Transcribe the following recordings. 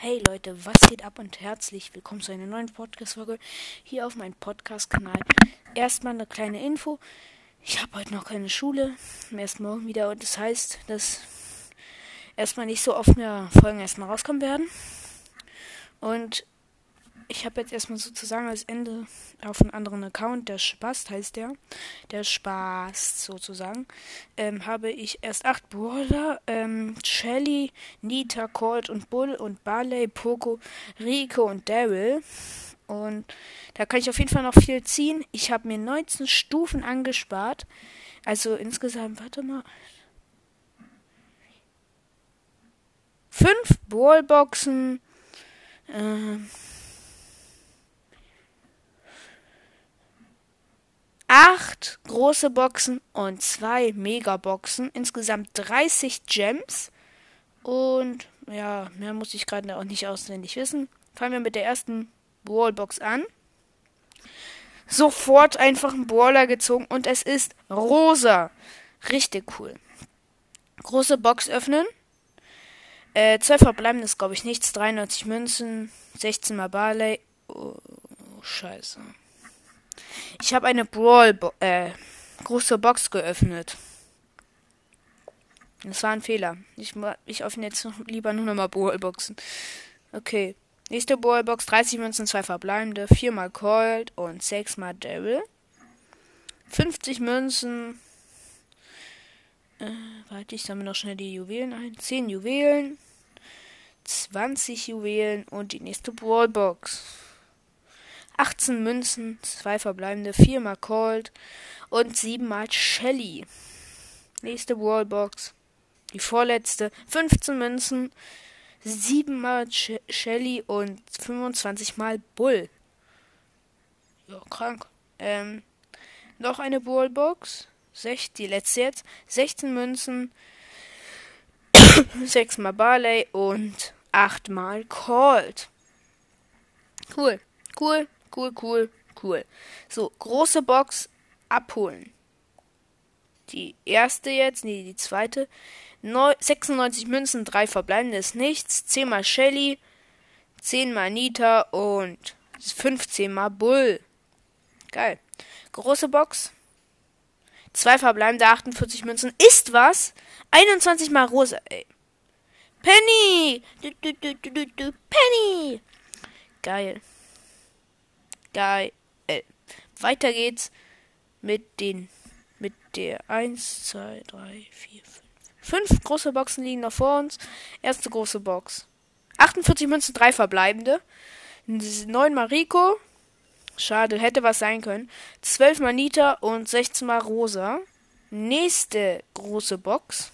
Hey Leute, was geht ab und herzlich willkommen zu einer neuen Podcast-Folge hier auf meinem Podcast-Kanal. Erstmal eine kleine Info. Ich habe heute noch keine Schule, erst morgen wieder und das heißt, dass erstmal nicht so oft mehr Folgen erstmal rauskommen werden. Und ich habe jetzt erstmal sozusagen als Ende auf einen anderen Account, der Spaß heißt der Spaß sozusagen, habe ich erst 8 Brawler, Shelly, Nita, Colt und Bull und Barley, Poco, Rico und Daryl. Und da kann ich auf jeden Fall noch viel ziehen. Ich habe mir 19 Stufen angespart. Also insgesamt, warte mal. 5 Brawlboxen, 8 große Boxen und 2 Megaboxen. Insgesamt 30 Gems. Und ja, mehr muss ich gerade auch nicht auswendig wissen. Fangen wir mit der ersten Brawlbox an. Sofort einfach einen Brawler gezogen und es ist rosa. Richtig cool. Große Box öffnen. 2 verbleiben ist glaube ich nichts. 93 Münzen, 16 mal Barley. Oh, scheiße. Ich habe eine große Box geöffnet. Das war ein Fehler. Ich öffne jetzt lieber nur nochmal Brawlboxen. Okay. Nächste Brawlbox. 30 Münzen, 2 verbleibende. 4 mal Colt und 6 mal Daryl. 50 Münzen. Warte, ich sammle noch schnell die Juwelen ein. 10 Juwelen. 20 Juwelen und die nächste Brawlbox. 18 Münzen, 2 verbleibende, 4 mal Colt und 7 mal Shelly. Nächste Wallbox. Die vorletzte. 15 Münzen, 7 mal Shelly und 25 mal Bull. Ja, krank. Noch eine Wallbox. Die letzte jetzt. 16 Münzen, 6 mal Barley und 8 mal Colt. Cool. So, große Box abholen. Die erste jetzt, die zweite. 96 Münzen, 3 verbleibende ist nichts. 10 mal Shelly, 10 mal Nita und 15 mal Bull. Geil. Große Box. 2 verbleibende, 48 Münzen. Ist was? 21 mal Rosa, ey. Penny! Penny! Geil. Weiter geht's mit der 1, 2, 3, 4, 5. 5 große Boxen liegen noch vor uns. Erste große Box. 48 Münzen, 3 verbleibende. 9 mal Rico. Schade, hätte was sein können. 12 mal Nita und 16 mal Rosa. Nächste große Box.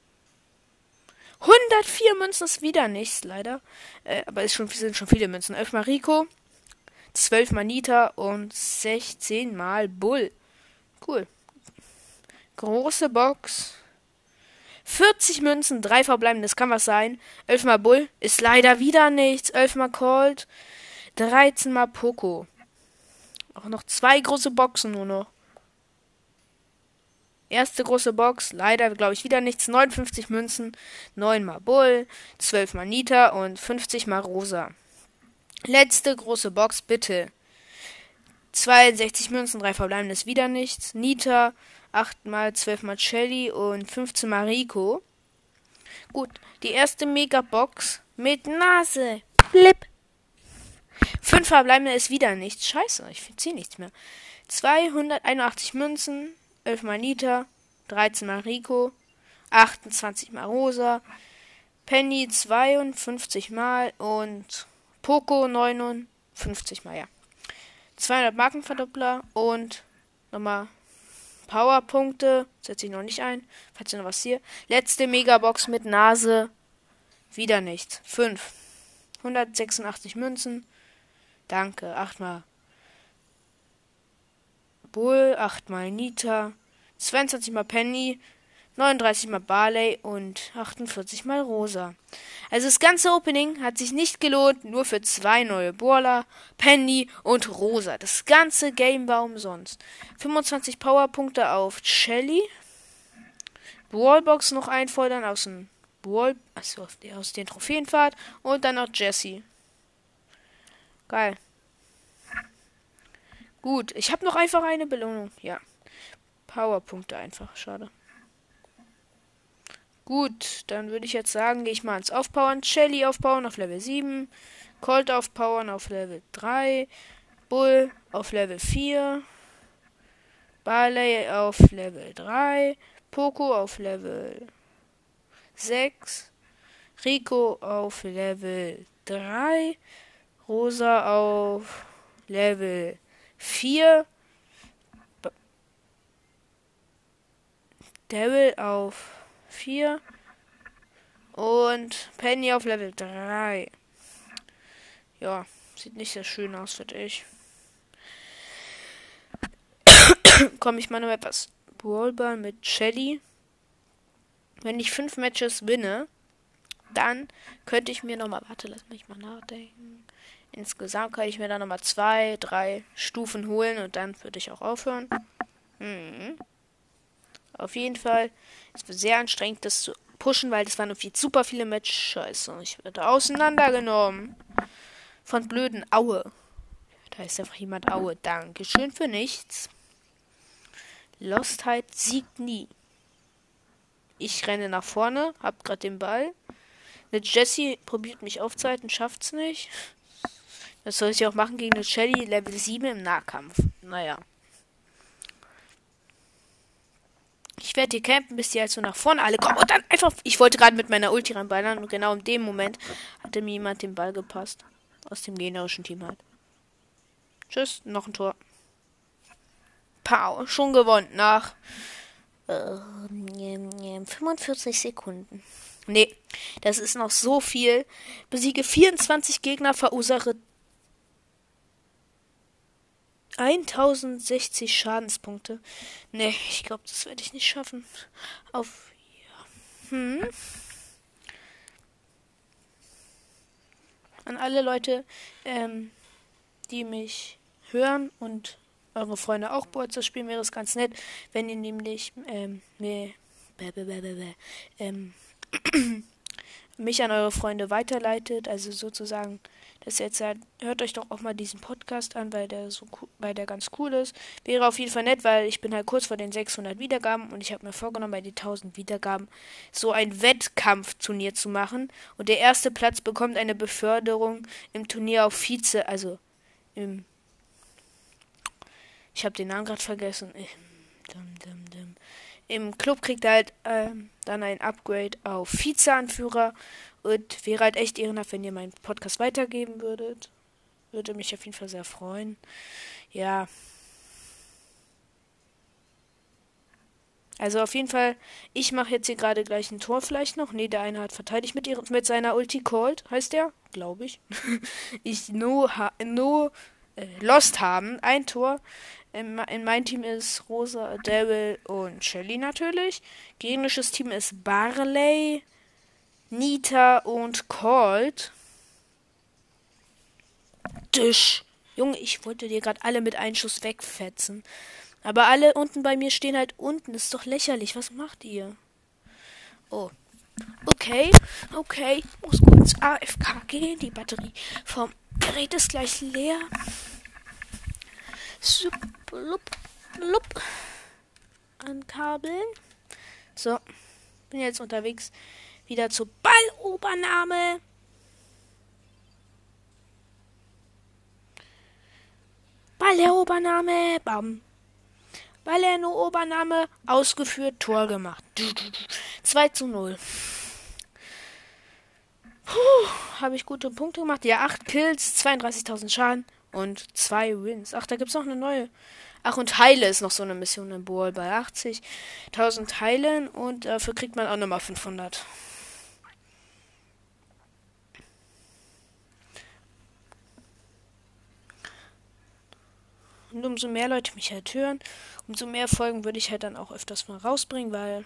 104 Münzen ist wieder nichts, leider. Aber sind schon viele Münzen. 11 mal Rico. 12 mal Nita und 16 mal Bull. Cool. Große Box. 40 Münzen, 3 verbleiben, das kann was sein. 11 mal Bull, ist leider wieder nichts. 11 mal Colt, 13 mal Poco. Auch noch 2 große Boxen nur noch. Erste große Box, leider glaube ich wieder nichts. 59 Münzen, 9 mal Bull, 12 mal Nita und 50 mal Rosa. Letzte große Box, bitte. 62 Münzen, 3 verbleiben ist wieder nichts. Nita, 8 mal 12 mal Shelly und 15 mal Rico. Gut, die erste Megabox mit Nase. Flip. 5 verbleibende ist wieder nichts. Scheiße, ich ziehe nichts mehr. 281 Münzen, 11 mal Nita, 13 mal Rico, 28 mal Rosa, Penny 52 mal und Poco 59 mal, ja. 200 Markenverdoppler und nochmal Powerpunkte. Setze ich noch nicht ein. Falls ihr noch was hier. Letzte Megabox mit Nase. Wieder nichts. 5. 186 Münzen. Danke. 8 mal Bull. 8 mal Nita. 22 mal Penny. 39 mal Barley und 48 mal Rosa. Also das ganze Opening hat sich nicht gelohnt, nur für 2 neue Brawler, Penny und Rosa. Das ganze Game war umsonst. 25 Powerpunkte auf Shelly. Brawlbox noch einfordern aus dem Bull, also aus den Trophäenfahrt und dann noch Jessie. Geil. Gut, ich habe noch einfach eine Belohnung. Ja. Powerpunkte einfach, schade. Gut, dann würde ich jetzt sagen, gehe ich mal ins Aufpowern. Shelly aufbauen auf Level 7. Colt aufpowern auf Level 3. Bull auf Level 4. Barley auf Level 3. Poco auf Level 6. Rico auf Level 3. Rosa auf Level 4. Daryl auf 4. Und Penny auf Level 3. Ja, sieht nicht sehr schön aus, finde ich. Komme ich mal noch etwas Brawlball mit Shelly. Wenn ich 5 Matches winne, dann könnte ich mir nochmal, warte, lass mich mal nachdenken. Insgesamt kann ich mir dann nochmal 2, 3 Stufen holen und dann würde ich auch aufhören. Auf jeden Fall, es wird sehr anstrengend, das zu pushen, weil das waren irgendwie super viele Matches. Scheiße, ich werde auseinandergenommen. Von blöden Aue. Da ist einfach jemand Aue. Dankeschön für nichts. Lostheit siegt nie. Ich renne nach vorne, hab grad den Ball. Eine Jessie probiert mich aufzuhalten, schafft's nicht. Das soll ich auch machen gegen eine Shelly Level 7 im Nahkampf. Naja. Ich werde hier campen, bis die halt so nach vorne alle kommen. Und dann einfach, ich wollte gerade mit meiner Ulti reinballern und genau in dem Moment hatte mir jemand den Ball gepasst. Aus dem gegnerischen Team halt. Tschüss, noch ein Tor. Pow, schon gewonnen nach 45 Sekunden. Nee, das ist noch so viel. Besiege 24 Gegner, verursache 1060 Schadenspunkte. Nee, ich glaube, das werde ich nicht schaffen. Auf. Ja. An alle Leute, die mich hören und eure Freunde auch Bolzer spielen, wäre es ganz nett, wenn ihr nämlich mich an eure Freunde weiterleitet, also sozusagen, dass ihr jetzt sagt, hört euch doch auch mal diesen Podcast an, weil der ganz cool ist. Wäre auf jeden Fall nett, weil ich bin halt kurz vor den 600 Wiedergaben und ich habe mir vorgenommen, bei den 1000 Wiedergaben so ein Wettkampfturnier zu machen und der erste Platz bekommt eine Beförderung im Turnier auf Vize, also ich habe den Namen gerade vergessen. Im Club kriegt er halt dann ein Upgrade auf Vize-Anführer und wäre halt echt ehrenhaft, wenn ihr meinen Podcast weitergeben würdet. Würde mich auf jeden Fall sehr freuen. Ja. Also auf jeden Fall, ich mache jetzt hier gerade gleich ein Tor vielleicht noch. Ne, der eine hat verteidigt mit seiner Ulti Colt, heißt der? Glaube ich. Lost haben. Ein Tor. In meinem Team ist Rosa, Daryl und Shelly natürlich. Gegnerisches Team ist Barley, Nita und Colt. Tisch. Junge, ich wollte dir gerade alle mit einem Schuss wegfetzen. Aber alle unten bei mir stehen halt unten. Das ist doch lächerlich. Was macht ihr? Oh. Okay. Muss kurz AFK gehen. Die Batterie vom Gerät ist gleich leer. An Kabeln. So. Bin jetzt unterwegs. Wieder zur Ballobernahme. Ballerobernahme. Bam. Ballerobernahme. Ausgeführt. Tor gemacht. 2:0. Habe ich gute Punkte gemacht. Ja, 8 Kills, 32.000 Schaden und 2 Wins. Ach, da gibt's noch eine neue. Ach, und Heile ist noch so eine Mission im Brawl bei 80.000 Heilen und dafür kriegt man auch nochmal 500. Und umso mehr Leute mich halt hören, umso mehr Folgen würde ich halt dann auch öfters mal rausbringen, weil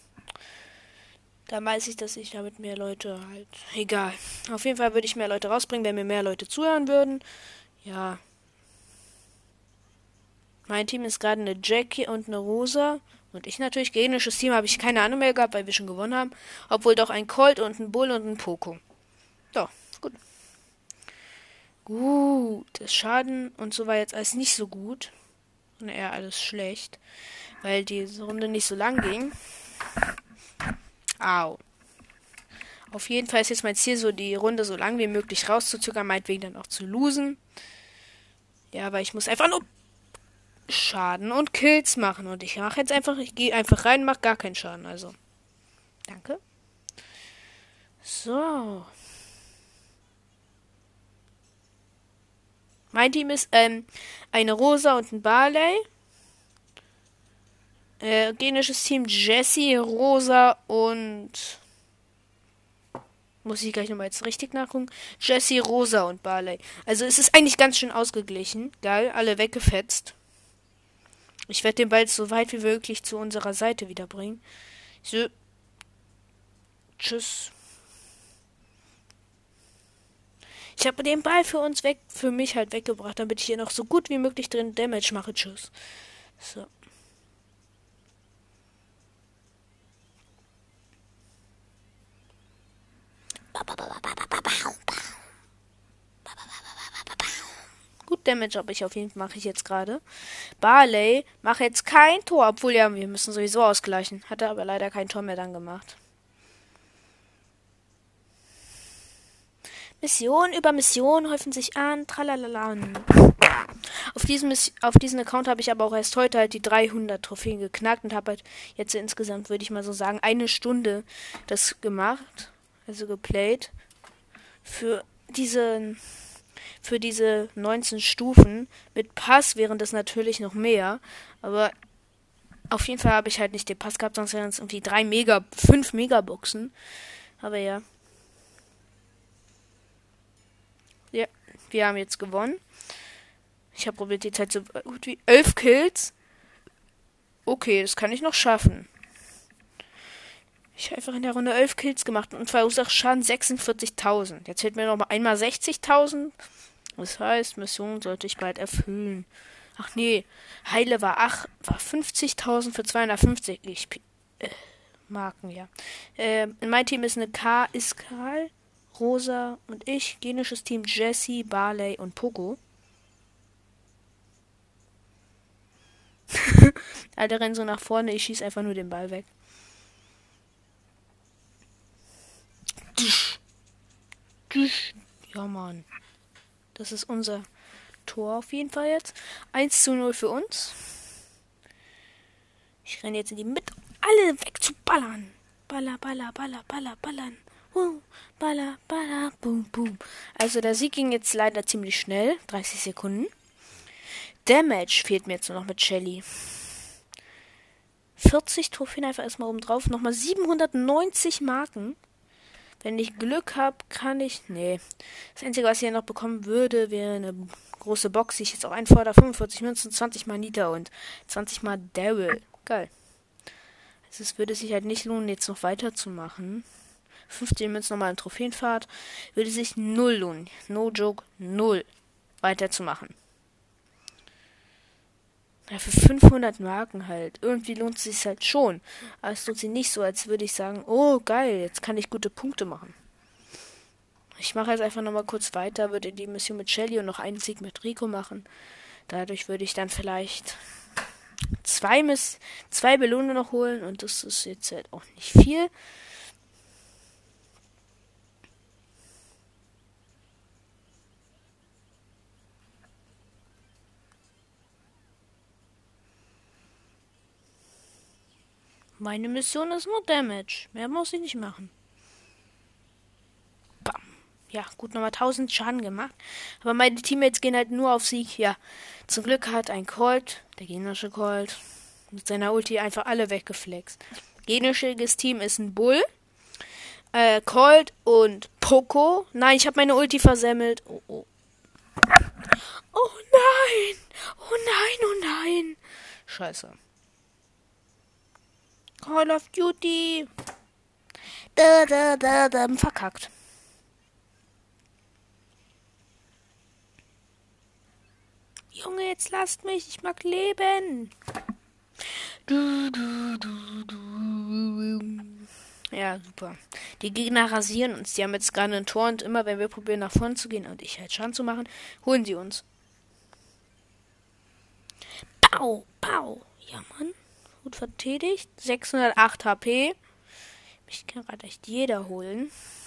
da weiß ich, dass ich damit mehr Leute halt... Egal. Auf jeden Fall würde ich mehr Leute rausbringen, wenn mir mehr Leute zuhören würden. Ja. Mein Team ist gerade eine Jackie und eine Rosa. Und ich natürlich, gegnerisches Team, habe ich keine Ahnung mehr gehabt, weil wir schon gewonnen haben. Obwohl doch ein Colt und ein Bull und ein Poco. Ja, gut. Gut, das Schaden und so war jetzt alles nicht so gut. Und eher alles schlecht. Weil diese Runde nicht so lang ging. Au. Auf jeden Fall ist jetzt mein Ziel, so die Runde so lang wie möglich rauszuzögern, meinetwegen dann auch zu losen. Ja, weil ich muss einfach nur Schaden und Kills machen. Und ich mache jetzt einfach, ich gehe einfach rein, mache gar keinen Schaden. Also, danke. So. Mein Team ist eine Rosa und ein Barley. Gegnerisches Team Jessie, Rosa und... Muss ich gleich nochmal jetzt richtig nachgucken. Jessie, Rosa und Barley. Also es ist eigentlich ganz schön ausgeglichen. Geil, alle weggefetzt. Ich werde den Ball so weit wie möglich zu unserer Seite wiederbringen. So. Tschüss. Ich habe den Ball für mich halt weggebracht, damit ich hier noch so gut wie möglich drin Damage mache. Tschüss. So. Gut Damage habe ich auf jeden Fall, mache ich jetzt gerade. Barley mache jetzt kein Tor, obwohl ja, wir müssen sowieso ausgleichen. Hat er aber leider kein Tor mehr dann gemacht. Mission über Mission häufen sich an. Tralalala. Auf diesen Account habe ich aber auch erst heute halt die 300 Trophäen geknackt und habe halt jetzt insgesamt, würde ich mal so sagen, eine Stunde das gemacht. Also geplayt. Für diese 19 Stufen. Mit Pass wären das natürlich noch mehr. Aber auf jeden Fall habe ich halt nicht den Pass gehabt, sonst wären es irgendwie 5 Megaboxen. Aber ja. Ja, wir haben jetzt gewonnen. Ich habe probiert die Zeit so gut wie 11 Kills. Okay, das kann ich noch schaffen. Ich habe einfach in der Runde 11 Kills gemacht und verursacht Schaden 46.000. Jetzt fehlt mir noch mal einmal 60.000. Das heißt, Mission sollte ich bald erfüllen. Ach nee, Heile war 50.000 für 250 Marken, ja. Mein Team ist eine Karl, Rosa und ich. Genisches Team Jessie, Barley und Poco. Alle rennen so nach vorne, ich schieße einfach nur den Ball weg. Ja, Mann. Das ist unser Tor auf jeden Fall jetzt. 1:0 für uns. Ich renne jetzt in die Mitte, alle wegzuballern. Baller, baller, baller, baller, ballern. Baller, baller, boom, boom. Also der Sieg ging jetzt leider ziemlich schnell. 30 Sekunden. Damage fehlt mir jetzt nur noch mit Shelly. 40 Trophäen einfach erstmal oben drauf. Nochmal 790 Marken. Wenn ich Glück habe, kann ich... Nee. Das Einzige, was ich hier noch bekommen würde, wäre eine große Box, die ich jetzt auch einfordere. 45 Münzen, 20 mal Nita und 20 mal Daryl. Geil. Also es würde sich halt nicht lohnen, jetzt noch weiterzumachen. 15 Münzen nochmal in Trophäenfahrt. Würde sich null lohnen. No joke, null weiterzumachen. Ja, für 500 Marken halt. Irgendwie lohnt es sich halt schon. Aber es lohnt sich nicht so, als würde ich sagen, oh geil, jetzt kann ich gute Punkte machen. Ich mache jetzt einfach nochmal kurz weiter, würde die Mission mit Shelly und noch einen Sieg mit Rico machen. Dadurch würde ich dann vielleicht zwei Belohnungen noch holen und das ist jetzt halt auch nicht viel. Meine Mission ist nur Damage. Mehr muss ich nicht machen. Bam. Ja, gut, nochmal 1000 Schaden gemacht. Aber meine Teammates gehen halt nur auf Sieg. Ja, zum Glück hat ein Colt, der gegnerische Colt, mit seiner Ulti einfach alle weggeflext. Gegnerisches Team ist ein Bull, Colt und Poco. Nein, ich habe meine Ulti versemmelt. Oh, oh. Oh nein! Oh nein, oh nein! Scheiße. Call of Duty. Verkackt. Junge, jetzt lasst mich. Ich mag leben. Du, du, du, du. Ja, super. Die Gegner rasieren uns. Die haben jetzt gerade ein Tor und immer, wenn wir probieren nach vorne zu gehen und ich halt Schaden zu machen, holen sie uns. Bau, bau. Ja, Mann. Gut verteidigt. 608 HP. Mich kann gerade echt jeder holen.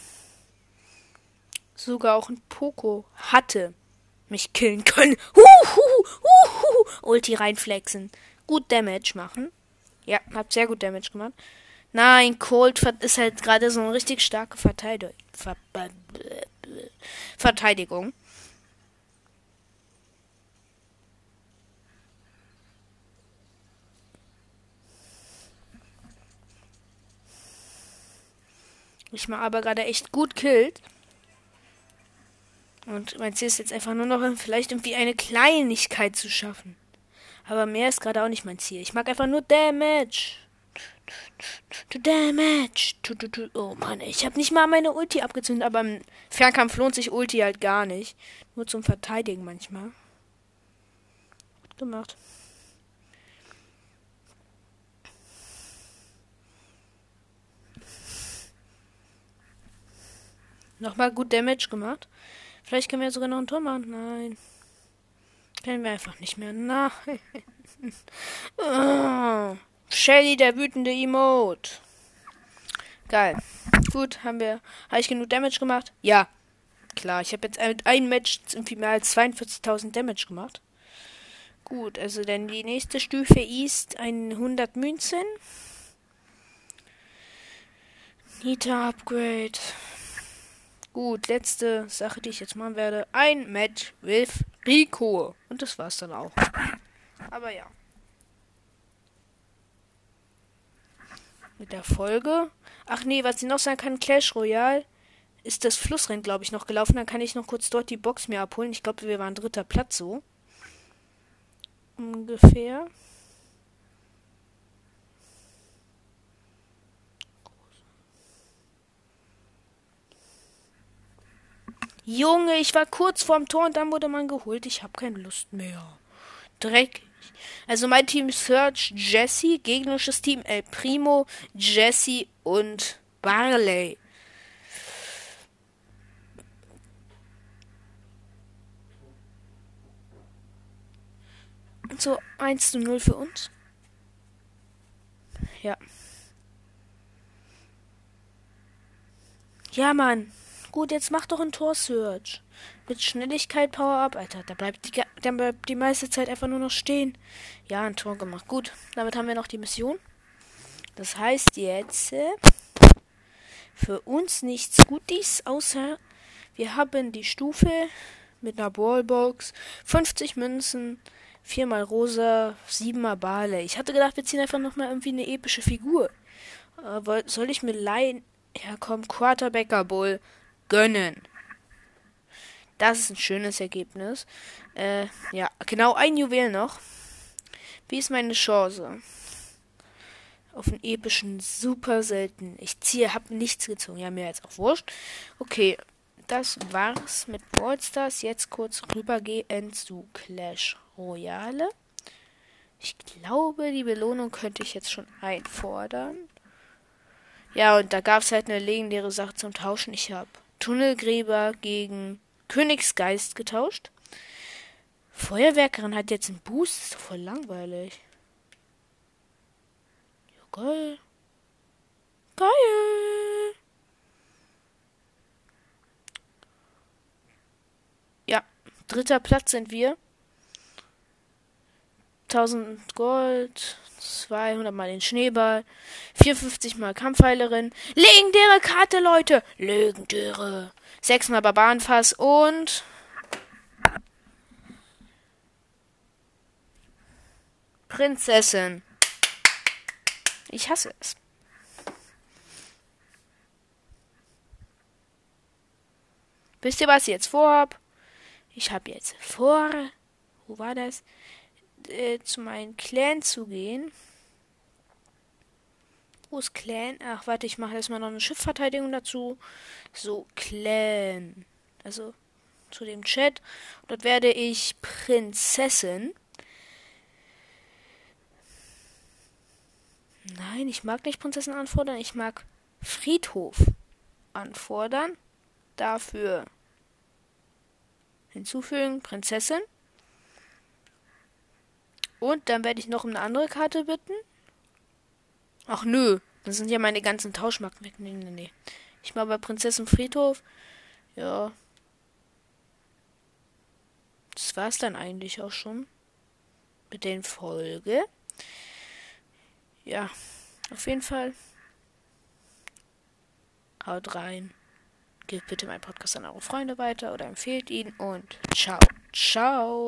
Sogar auch ein Poco hatte mich killen können. Ulti reinflexen. Gut Damage machen. Ja, hab sehr gut Damage gemacht. Nein, Colt ist halt gerade so eine richtig starke Verteidigung. Ich mache aber gerade echt gut killt. Und mein Ziel ist jetzt einfach nur noch vielleicht irgendwie eine Kleinigkeit zu schaffen. Aber mehr ist gerade auch nicht mein Ziel. Ich mag einfach nur Damage. Damage. Oh Mann, ich habe nicht mal meine Ulti abgezündet, aber im Fernkampf lohnt sich Ulti halt gar nicht. Nur zum Verteidigen manchmal. Gut gemacht. Nochmal gut Damage gemacht. Vielleicht können wir sogar noch ein Tor machen. Nein. Können wir einfach nicht mehr. Nein. Oh. Shelly, der wütende Emote. Geil. Gut, habe ich genug Damage gemacht? Ja. Klar, ich habe jetzt mit einem Match irgendwie mehr als 42.000 Damage gemacht. Gut, also dann die nächste Stufe ist 100 Münzen. Nita Upgrade. Gut, letzte Sache, die ich jetzt machen werde. Ein Match with Rico. Und das war's dann auch. Aber ja. Mit der Folge. Ach nee, was ich noch sagen kann, Clash Royale ist das Flussrennen, glaube ich, noch gelaufen. Dann kann ich noch kurz dort die Box mir abholen. Ich glaube, wir waren 3. Platz so. Ungefähr. Junge, ich war kurz vorm Tor und dann wurde man geholt. Ich habe keine Lust mehr. Dreckig. Also mein Team Search, Jesse, gegnerisches Team El Primo, Jesse und Barley. So 1:0 für uns. Ja. Ja, Mann. Gut, jetzt mach doch ein Tor-Search. Mit Schnelligkeit Power-Up. Alter, der bleibt die meiste Zeit einfach nur noch stehen. Ja, ein Tor gemacht. Gut, damit haben wir noch die Mission. Das heißt jetzt für uns nichts Gutes, außer wir haben die Stufe mit einer Ballbox, 50 Münzen, 4 mal Rosa, 7 mal Barley. Ich hatte gedacht, wir ziehen einfach nochmal irgendwie eine epische Figur. Soll ich mir leihen? Ja, komm, Quarterbacker Bull gönnen. Das ist ein schönes Ergebnis. Ja, genau ein Juwel noch. Wie ist meine Chance? Auf einen epischen, super selten. Hab nichts gezogen. Ja, mir jetzt auch wurscht. Okay, das war's mit Brawl Stars. Jetzt kurz rübergehen zu Clash Royale. Ich glaube, die Belohnung könnte ich jetzt schon einfordern. Ja, und da gab es halt eine legendäre Sache zum Tauschen. Ich habe Tunnelgräber gegen Königsgeist getauscht. Feuerwerkerin hat jetzt einen Boost. Das ist doch voll langweilig. Ja, geil. Geil. Ja, 3. Platz sind wir. 1000 Gold, 200 mal den Schneeball, 54 mal Kampfheilerin, legendäre Karte, Leute, legendäre, 6 mal Barbarenfass und Prinzessin. Ich hasse es. Wisst ihr, was ich jetzt vorhab? Ich habe jetzt vor, wo war das? Zu meinem Clan zu gehen. Wo ist Clan? Ach, warte, ich mache erstmal noch eine Schiffverteidigung dazu. So, Clan. Also zu dem Chat. Dort werde ich Prinzessin. Nein, ich mag nicht Prinzessin anfordern. Ich mag Friedhof anfordern. Dafür hinzufügen Prinzessin. Und dann werde ich noch um eine andere Karte bitten. Ach nö, das sind ja meine ganzen Tauschmarken weg. Nee. Ich mache bei Prinzessin Friedhof. Ja. Das war's dann eigentlich auch schon mit den Folge. Ja, auf jeden Fall. Haut rein. Gebt bitte meinen Podcast an eure Freunde weiter oder empfehlt ihn und ciao. Ciao.